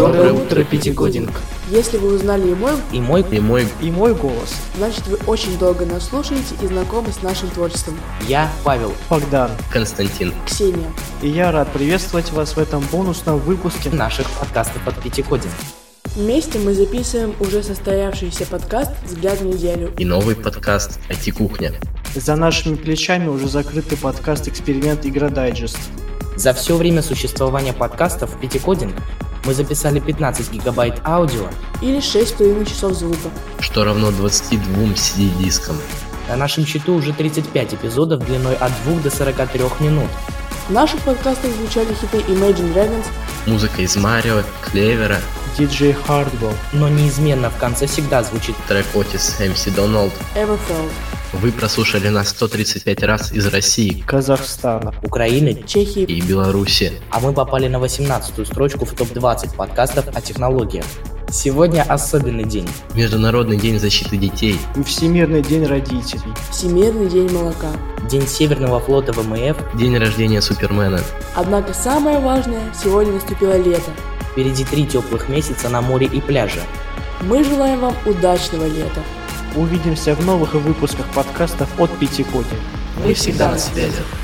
Доброе утро, Пятикодинг. Если вы узнали и мой голос, значит вы очень долго нас слушаете и знакомы с нашим творчеством. Я Павел, Богдан, Константин, Ксения. И я рад приветствовать вас в этом бонусном выпуске наших подкастов от Пятикодинг. Вместе мы записываем уже состоявшийся подкаст «Взгляд в неделю» И новый подкаст «IT-кухня». За нашими плечами уже закрытый подкаст «Эксперимент Игра Дайджест». За все время существования подкастов Пятикодинг мы записали 15 гигабайт аудио или 6,5 часов звука, что равно 22 CD-дискам. На нашем счету уже 35 эпизодов длиной от 2 до 43 минут. В наших подкастах звучали хиты Imagine Dragons, музыка из Марио, Клевера, DJ Hardball. Но неизменно в конце всегда звучит трек Otis, MC Donald. Everfeld. Вы прослушали нас 135 раз из России, Казахстана, Украины, Чехии и Беларуси. А мы попали на 18-ю строчку в топ-20 подкастов о технологиях. Сегодня особенный день. Международный день защиты детей. И Всемирный день родителей. Всемирный день молока. День Северного флота ВМФ. День рождения Супермена. Однако самое важное, сегодня наступило лето. Впереди 3 теплых месяца на море и пляже. Мы желаем вам удачного лета. Увидимся в новых выпусках подкастов от Пятикодинг. Мы всегда на связи.